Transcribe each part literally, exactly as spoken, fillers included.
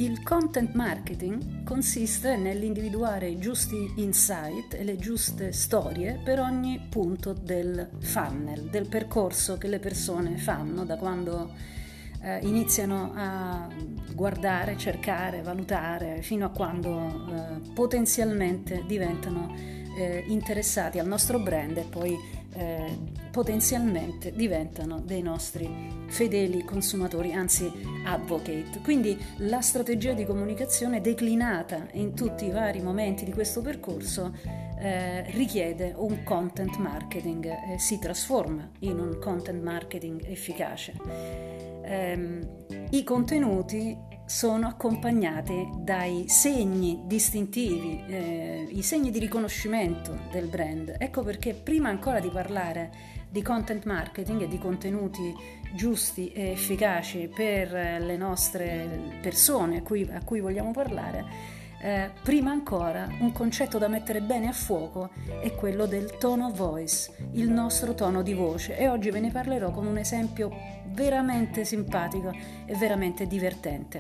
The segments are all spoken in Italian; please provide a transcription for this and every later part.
il content marketing consiste nell'individuare i giusti insight e le giuste storie per ogni punto del funnel, del percorso che le persone fanno da quando eh, iniziano a guardare, cercare, valutare, fino a quando eh, potenzialmente diventano eh, interessati al nostro brand e poi eh, potenzialmente diventano dei nostri fedeli consumatori, anzi advocate. Quindi la strategia di comunicazione declinata in tutti i vari momenti di questo percorso eh, richiede un content marketing, eh, si trasforma in un content marketing efficace. Eh, I contenuti sono accompagnati dai segni distintivi, eh, i segni di riconoscimento del brand. Ecco perché prima ancora di parlare di content marketing e di contenuti giusti e efficaci per le nostre persone a cui, a cui vogliamo parlare, eh, prima ancora un concetto da mettere bene a fuoco è quello del tone of voice, il nostro tono di voce, e oggi ve ne parlerò con un esempio veramente simpatico e veramente divertente.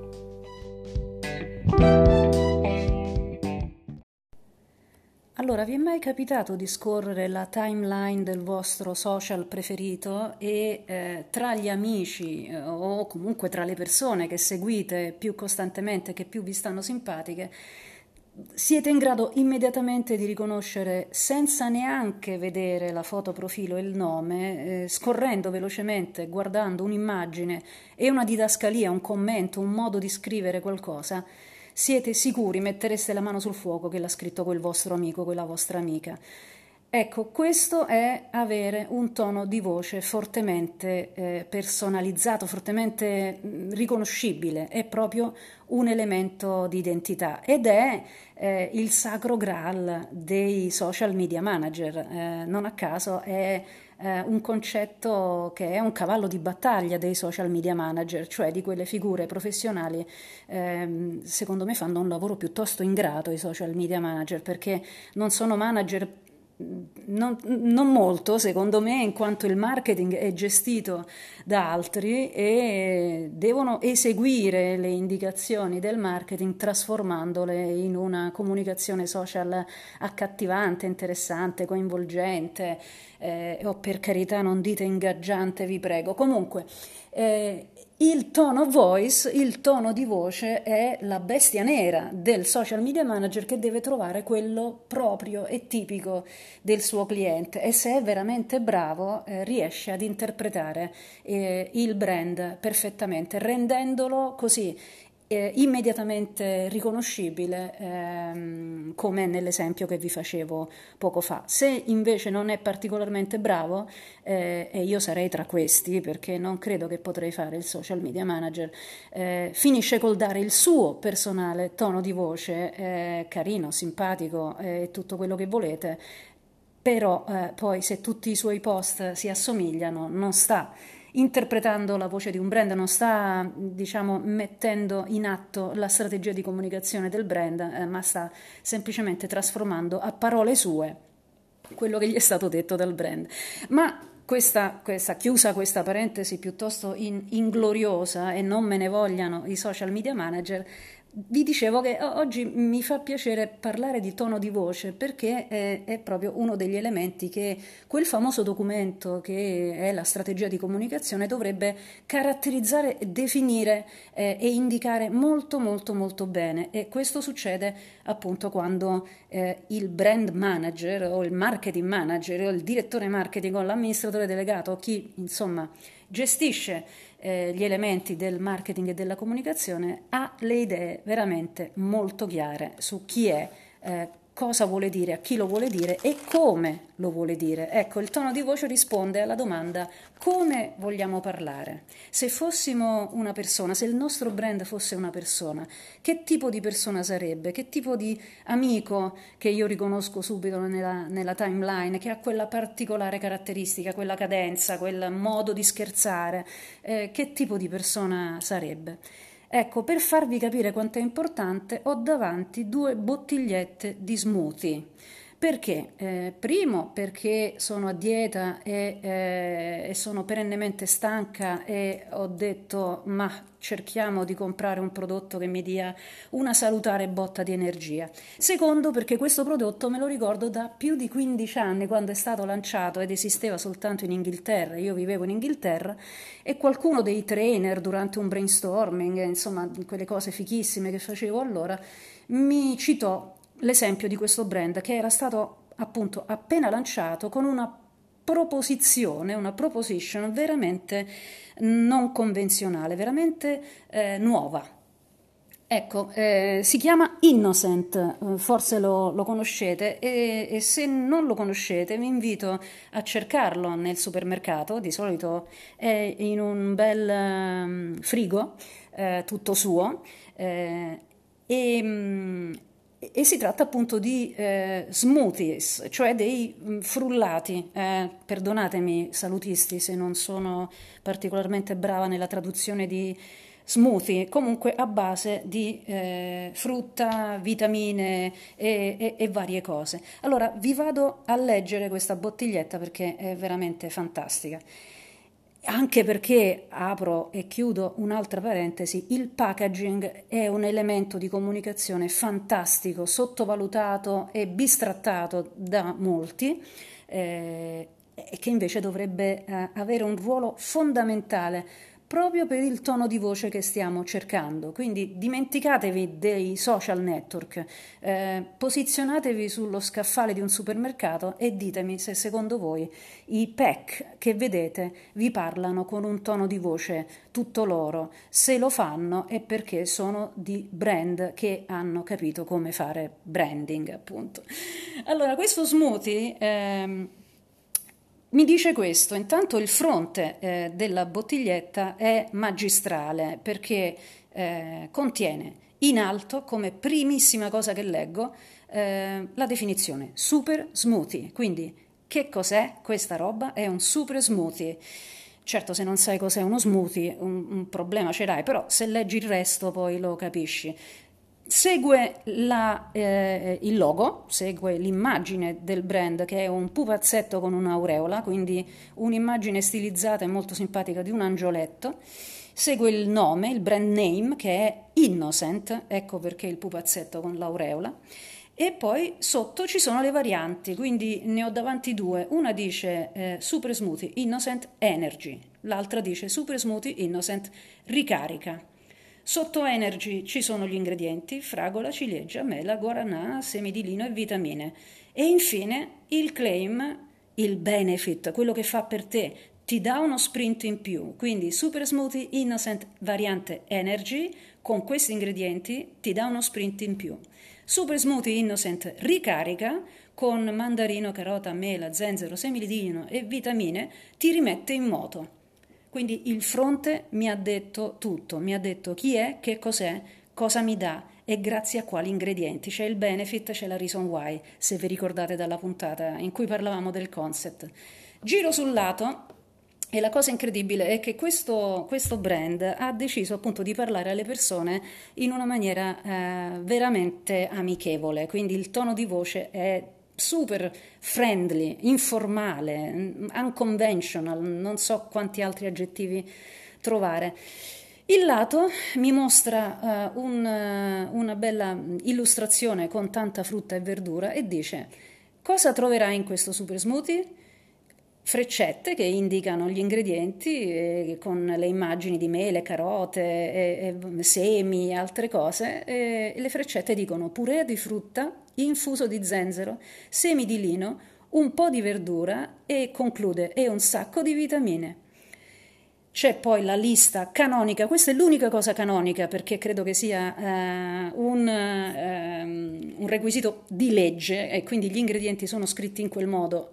Allora, vi è mai capitato di scorrere la timeline del vostro social preferito e eh, tra gli amici eh, o comunque tra le persone che seguite più costantemente, che più vi stanno simpatiche, siete in grado immediatamente di riconoscere, senza neanche vedere la foto profilo e il nome, eh, scorrendo velocemente, guardando un'immagine e una didascalia, un commento, un modo di scrivere qualcosa, siete sicuri, mettereste la mano sul fuoco che l'ha scritto quel vostro amico, quella vostra amica. Ecco, questo è avere un tono di voce fortemente eh, personalizzato, fortemente mh, riconoscibile, è proprio un elemento di identità ed è eh, il sacro graal dei social media manager. Eh, non a caso è eh, un concetto che è un cavallo di battaglia dei social media manager, cioè di quelle figure professionali. Eh, secondo me fanno un lavoro piuttosto ingrato i social media manager, perché non sono manager. Non, non molto, secondo me, in quanto il marketing è gestito da altri e devono eseguire le indicazioni del marketing trasformandole in una comunicazione social accattivante, interessante, coinvolgente, eh, o per carità non dite ingaggiante, vi prego. Comunque, eh, il tone of voice, il tono di voce è la bestia nera del social media manager, che deve trovare quello proprio e tipico del suo cliente, e se è veramente bravo eh, riesce ad interpretare eh, il brand perfettamente, rendendolo così eh, immediatamente riconoscibile, ehm, come nell'esempio che vi facevo poco fa. Se invece non è particolarmente bravo, eh, e io sarei tra questi perché non credo che potrei fare il social media manager, eh, finisce col dare il suo personale tono di voce, eh, carino, simpatico e eh, tutto quello che volete, però eh, poi se tutti i suoi post si assomigliano, non sta interpretando la voce di un brand, non sta, diciamo, mettendo in atto la strategia di comunicazione del brand, eh, ma sta semplicemente trasformando a parole sue quello che gli è stato detto dal brand. Ma questa, questa chiusa questa parentesi piuttosto in, ingloriosa, e non me ne vogliano i social media manager, vi dicevo che oggi mi fa piacere parlare di tono di voce, perché è, è proprio uno degli elementi che quel famoso documento che è la strategia di comunicazione dovrebbe caratterizzare, definire eh, e indicare molto molto molto bene, e questo succede appunto quando eh, il brand manager o il marketing manager o il direttore marketing o l'amministratore delegato o chi insomma gestisce eh, gli elementi del marketing e della comunicazione ha le idee veramente molto chiare su chi è, eh, cosa vuole dire, a chi lo vuole dire e come lo vuole dire. Ecco, il tono di voce risponde alla domanda: come vogliamo parlare? Se fossimo una persona, se il nostro brand fosse una persona, che tipo di persona sarebbe? Che tipo di amico che io riconosco subito nella, nella timeline, che ha quella particolare caratteristica, quella cadenza, quel modo di scherzare? Eh, che tipo di persona sarebbe? Ecco, per farvi capire quanto è importante, ho davanti due bottigliette di smoothie. Perché? Eh, primo perché sono a dieta e, eh, e sono perennemente stanca e ho detto ma cerchiamo di comprare un prodotto che mi dia una salutare botta di energia. Secondo perché questo prodotto me lo ricordo da più di quindici anni quando è stato lanciato ed esisteva soltanto in Inghilterra, io vivevo in Inghilterra e qualcuno dei trainer durante un brainstorming, insomma quelle cose fichissime che facevo allora, mi citò l'esempio di questo brand che era stato appunto appena lanciato con una proposizione, una proposition veramente non convenzionale, veramente eh, nuova. Ecco, eh, si chiama Innocent, eh, forse lo, lo conoscete e, e se non lo conoscete vi invito a cercarlo nel supermercato, di solito è in un bel ehm, frigo, eh, tutto suo, eh, e, mm, e si tratta appunto di eh, smoothies, cioè dei mm, frullati. Eh, perdonatemi, salutisti, se non sono particolarmente brava nella traduzione di smoothie, comunque a base di eh, frutta, vitamine e, e- e varie cose. Allora vi vado a leggere questa bottiglietta perché è veramente fantastica. Anche perché, apro e chiudo un'altra parentesi, il packaging è un elemento di comunicazione fantastico, sottovalutato e bistrattato da molti, eh, e che invece dovrebbe eh, avere un ruolo fondamentale proprio per il tono di voce che stiamo cercando. Quindi dimenticatevi dei social network, eh, posizionatevi sullo scaffale di un supermercato e ditemi se secondo voi i pack che vedete vi parlano con un tono di voce tutto loro. Se lo fanno è perché sono di brand che hanno capito come fare branding, appunto. Allora, questo smoothie ehm, mi dice questo, intanto il fronte eh, della bottiglietta è magistrale perché eh, contiene in alto, come primissima cosa che leggo, eh, la definizione super smoothie. Quindi che cos'è questa roba? È un super smoothie. Certo, se non sai cos'è uno smoothie, un, un problema ce l'hai, però se leggi il resto poi lo capisci. Segue la, eh, il logo, segue l'immagine del brand che è un pupazzetto con un'aureola, quindi un'immagine stilizzata e molto simpatica di un angioletto. Segue il nome, il brand name che è Innocent, ecco perché il pupazzetto con l'aureola. E poi sotto ci sono le varianti, quindi ne ho davanti due. Una dice eh, Super Smoothie Innocent Energy, l'altra dice Super Smoothie Innocent Ricarica. Sotto Energy ci sono gli ingredienti, fragola, ciliegia, mela, guaranà, semi di lino e vitamine. E infine il claim, il benefit, quello che fa per te, ti dà uno sprint in più. Quindi Super Smoothie Innocent variante Energy, con questi ingredienti ti dà uno sprint in più. Super Smoothie Innocent ricarica, con mandarino, carota, mela, zenzero, semi di lino e vitamine, ti rimette in moto. Quindi il fronte mi ha detto tutto, mi ha detto chi è, che cos'è, cosa mi dà e grazie a quali ingredienti. C'è il benefit, c'è la reason why, se vi ricordate dalla puntata in cui parlavamo del concept. Giro sul lato e la cosa incredibile è che questo, questo brand ha deciso appunto di parlare alle persone in una maniera eh, veramente amichevole, quindi il tono di voce è super friendly, informale, unconventional, non so quanti altri aggettivi trovare. Il lato mi mostra uh, un, uh, una bella illustrazione con tanta frutta e verdura e dice: cosa troverai in questo super smoothie? Freccette che indicano gli ingredienti eh, con le immagini di mele, carote, e, e semi e altre cose. E le freccette dicono purè di frutta infuso di zenzero, semi di lino, un po' di verdura e conclude e un sacco di vitamine. C'è poi la lista canonica, questa è l'unica cosa canonica perché credo che sia eh, un, eh, un requisito di legge e quindi gli ingredienti sono scritti in quel modo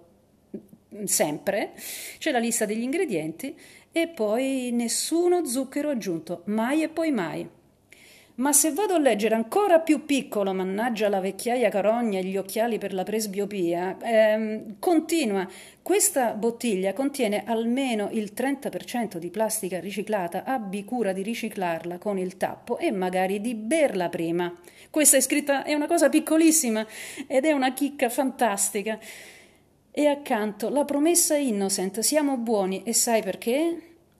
sempre. C'è la lista degli ingredienti e poi nessuno zucchero aggiunto, mai e poi mai. Ma se vado a leggere ancora più piccolo, mannaggia la vecchiaia carogna e gli occhiali per la presbiopia, ehm, continua. Questa bottiglia contiene almeno il trenta per cento di plastica riciclata, abbi cura di riciclarla con il tappo e magari di berla prima. Questa è scritta, è una cosa piccolissima ed è una chicca fantastica. E accanto la promessa Innocent, siamo buoni e sai perché?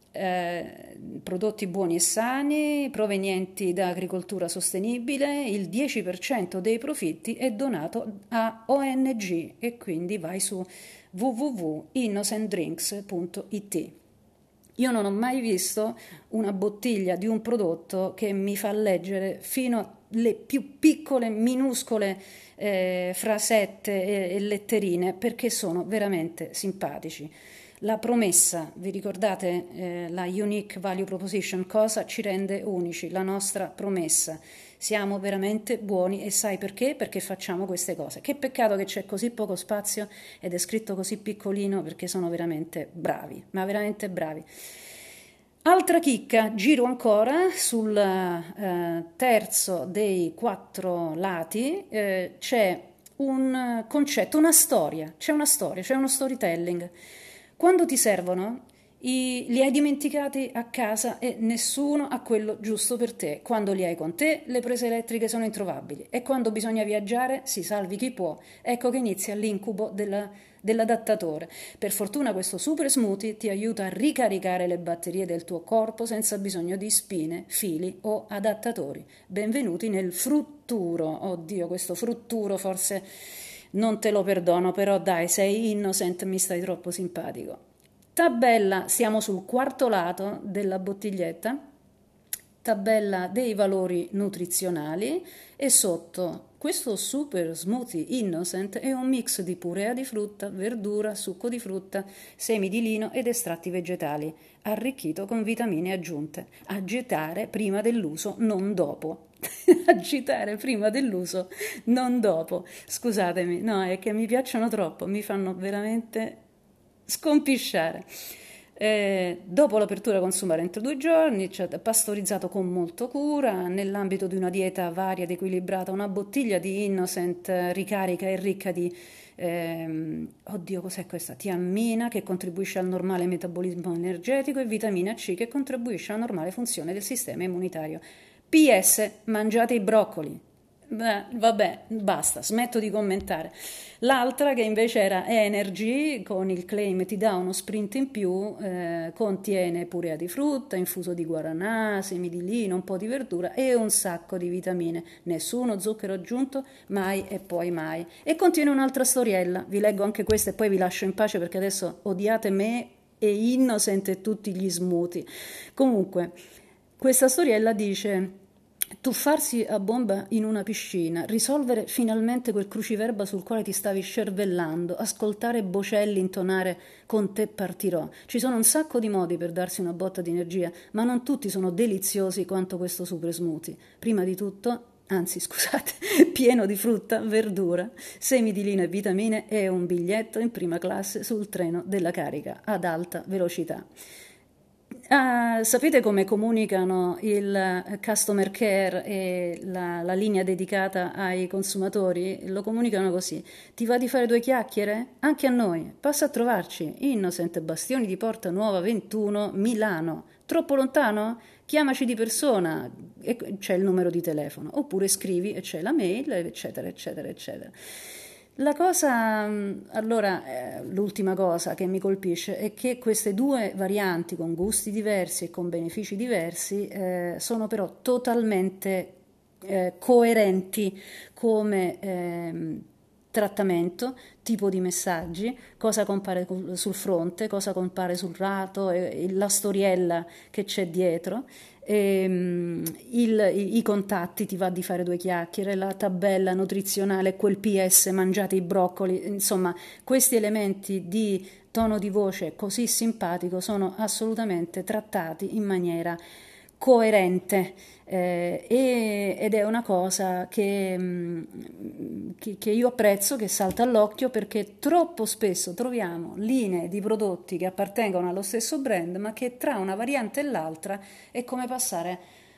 Eh, prodotti buoni e sani, provenienti da agricoltura sostenibile, il dieci per cento dei profitti è donato a O N G e quindi vai su w w w punto innocent drinks punto i t. Io non ho mai visto una bottiglia di un prodotto che mi fa leggere fino alle più piccole, minuscole eh, frasette e, e letterine perché sono veramente simpatici. La promessa, vi ricordate eh, la Unique Value Proposition, cosa ci rende unici? La nostra promessa. Siamo veramente buoni e sai perché? Perché facciamo queste cose. Che peccato che c'è così poco spazio ed è scritto così piccolino perché sono veramente bravi, ma veramente bravi. Altra chicca, giro ancora sul eh, terzo dei quattro lati, eh, c'è un concetto, una storia, c'è una storia, c'è uno storytelling. Quando ti servono, i, li hai dimenticati a casa e nessuno ha quello giusto per te. Quando li hai con te, le prese elettriche sono introvabili e quando bisogna viaggiare, si salvi chi può. Ecco che inizia l'incubo della, dell'adattatore. Per fortuna questo super smoothie ti aiuta a ricaricare le batterie del tuo corpo senza bisogno di spine, fili o adattatori. Benvenuti nel frutturo. Oddio, questo frutturo forse non te lo perdono, però dai, sei Innocent, mi stai troppo simpatico. Tabella, siamo sul quarto lato della bottiglietta, tabella dei valori nutrizionali e sotto questo super smoothie Innocent è un mix di purea di frutta, verdura, succo di frutta, semi di lino ed estratti vegetali, arricchito con vitamine aggiunte. Agitare prima dell'uso, non dopo. Agitare prima dell'uso, non dopo. Scusatemi, no, è che mi piacciono troppo, mi fanno veramente scompisciare. Eh, dopo l'apertura consumare entro due giorni, cioè, pastorizzato con molto cura, nell'ambito di una dieta varia ed equilibrata, una bottiglia di Innocent ricarica e ricca di ehm, oddio, cos'è questa? Tiamina che contribuisce al normale metabolismo energetico e vitamina C che contribuisce alla normale funzione del sistema immunitario. P S. Mangiate i broccoli. Beh, vabbè, basta, smetto di commentare. L'altra che invece era Energy, con il claim ti dà uno sprint in più, eh, contiene purea di frutta, infuso di guaranà, semi di lino, un po' di verdura e un sacco di vitamine. Nessuno zucchero aggiunto, mai e poi mai. E contiene un'altra storiella, vi leggo anche questa e poi vi lascio in pace perché adesso odiate me e Innocent e tutti gli smoothie. Comunque, questa storiella dice: tuffarsi a bomba in una piscina, risolvere finalmente quel cruciverba sul quale ti stavi scervellando, ascoltare Bocelli intonare "Con te partirò". Ci sono un sacco di modi per darsi una botta di energia, ma non tutti sono deliziosi quanto questo super smoothie. Prima di tutto, anzi scusate, pieno di frutta, verdura, semi di lino e vitamine e un biglietto in prima classe sul treno della carica ad alta velocità. Ah, sapete come comunicano il customer care e la, la linea dedicata ai consumatori? Lo comunicano così: ti va di fare due chiacchiere? Anche a noi, passa a trovarci, Innocent, Bastioni di Porta Nuova ventuno, Milano. Troppo lontano? Chiamaci di persona e c'è il numero di telefono, oppure scrivi e c'è la mail, eccetera, eccetera, eccetera. La cosa, allora, eh, l'ultima cosa che mi colpisce è che queste due varianti con gusti diversi e con benefici diversi eh, sono però totalmente eh, coerenti come eh, trattamento, tipo di messaggi, cosa compare sul fronte, cosa compare sul lato, e la storiella che c'è dietro. E, il, i, i contatti, ti va di fare due chiacchiere, la tabella nutrizionale, quel P S, mangiate i broccoli, insomma questi elementi di tono di voce così simpatico sono assolutamente trattati in maniera coerente eh, e, ed è una cosa che, mh, che, che io apprezzo, che salta all'occhio, perché troppo spesso troviamo linee di prodotti che appartengono allo stesso brand ma che tra una variante e l'altra è come passare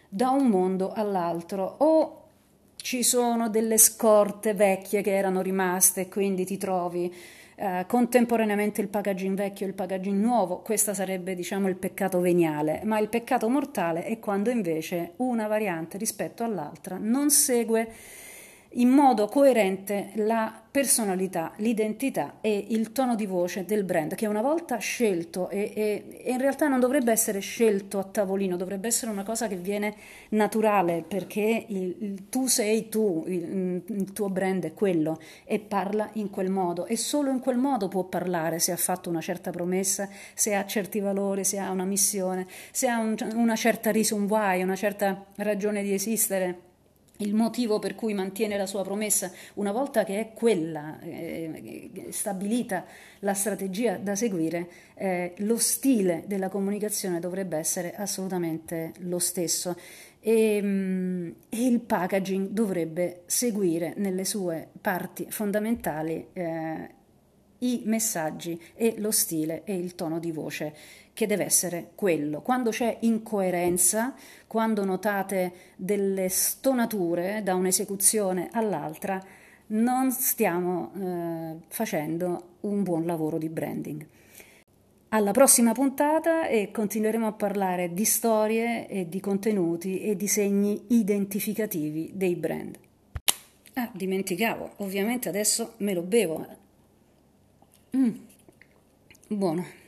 da un mondo all'altro, o ci sono delle scorte vecchie che erano rimaste e quindi ti trovi eh, contemporaneamente il packaging vecchio e il packaging nuovo. Questo sarebbe, diciamo, il peccato veniale, ma il peccato mortale è quando invece una variante rispetto all'altra non segue in modo coerente la personalità, l'identità e il tono di voce del brand, che una volta scelto e, e- e in realtà non dovrebbe essere scelto a tavolino, dovrebbe essere una cosa che viene naturale, perché il, il- tu sei tu, il, il tuo brand è quello e parla in quel modo, e solo in quel modo può parlare se ha fatto una certa promessa, se ha certi valori, se ha una missione, se ha un- una certa reason why, una certa ragione di esistere, il motivo per cui mantiene la sua promessa. Una volta che è quella eh, stabilita la strategia da seguire, eh, lo stile della comunicazione dovrebbe essere assolutamente lo stesso, e, mm, e il packaging dovrebbe seguire nelle sue parti fondamentali eh, i messaggi e lo stile e il tono di voce, che deve essere quello. Quando c'è incoerenza, quando notate delle stonature da un'esecuzione all'altra, non stiamo eh, facendo un buon lavoro di branding. Alla prossima puntata e continueremo a parlare di storie e di contenuti e di segni identificativi dei brand. Ah, dimenticavo, ovviamente adesso me lo bevo. Mm, buono.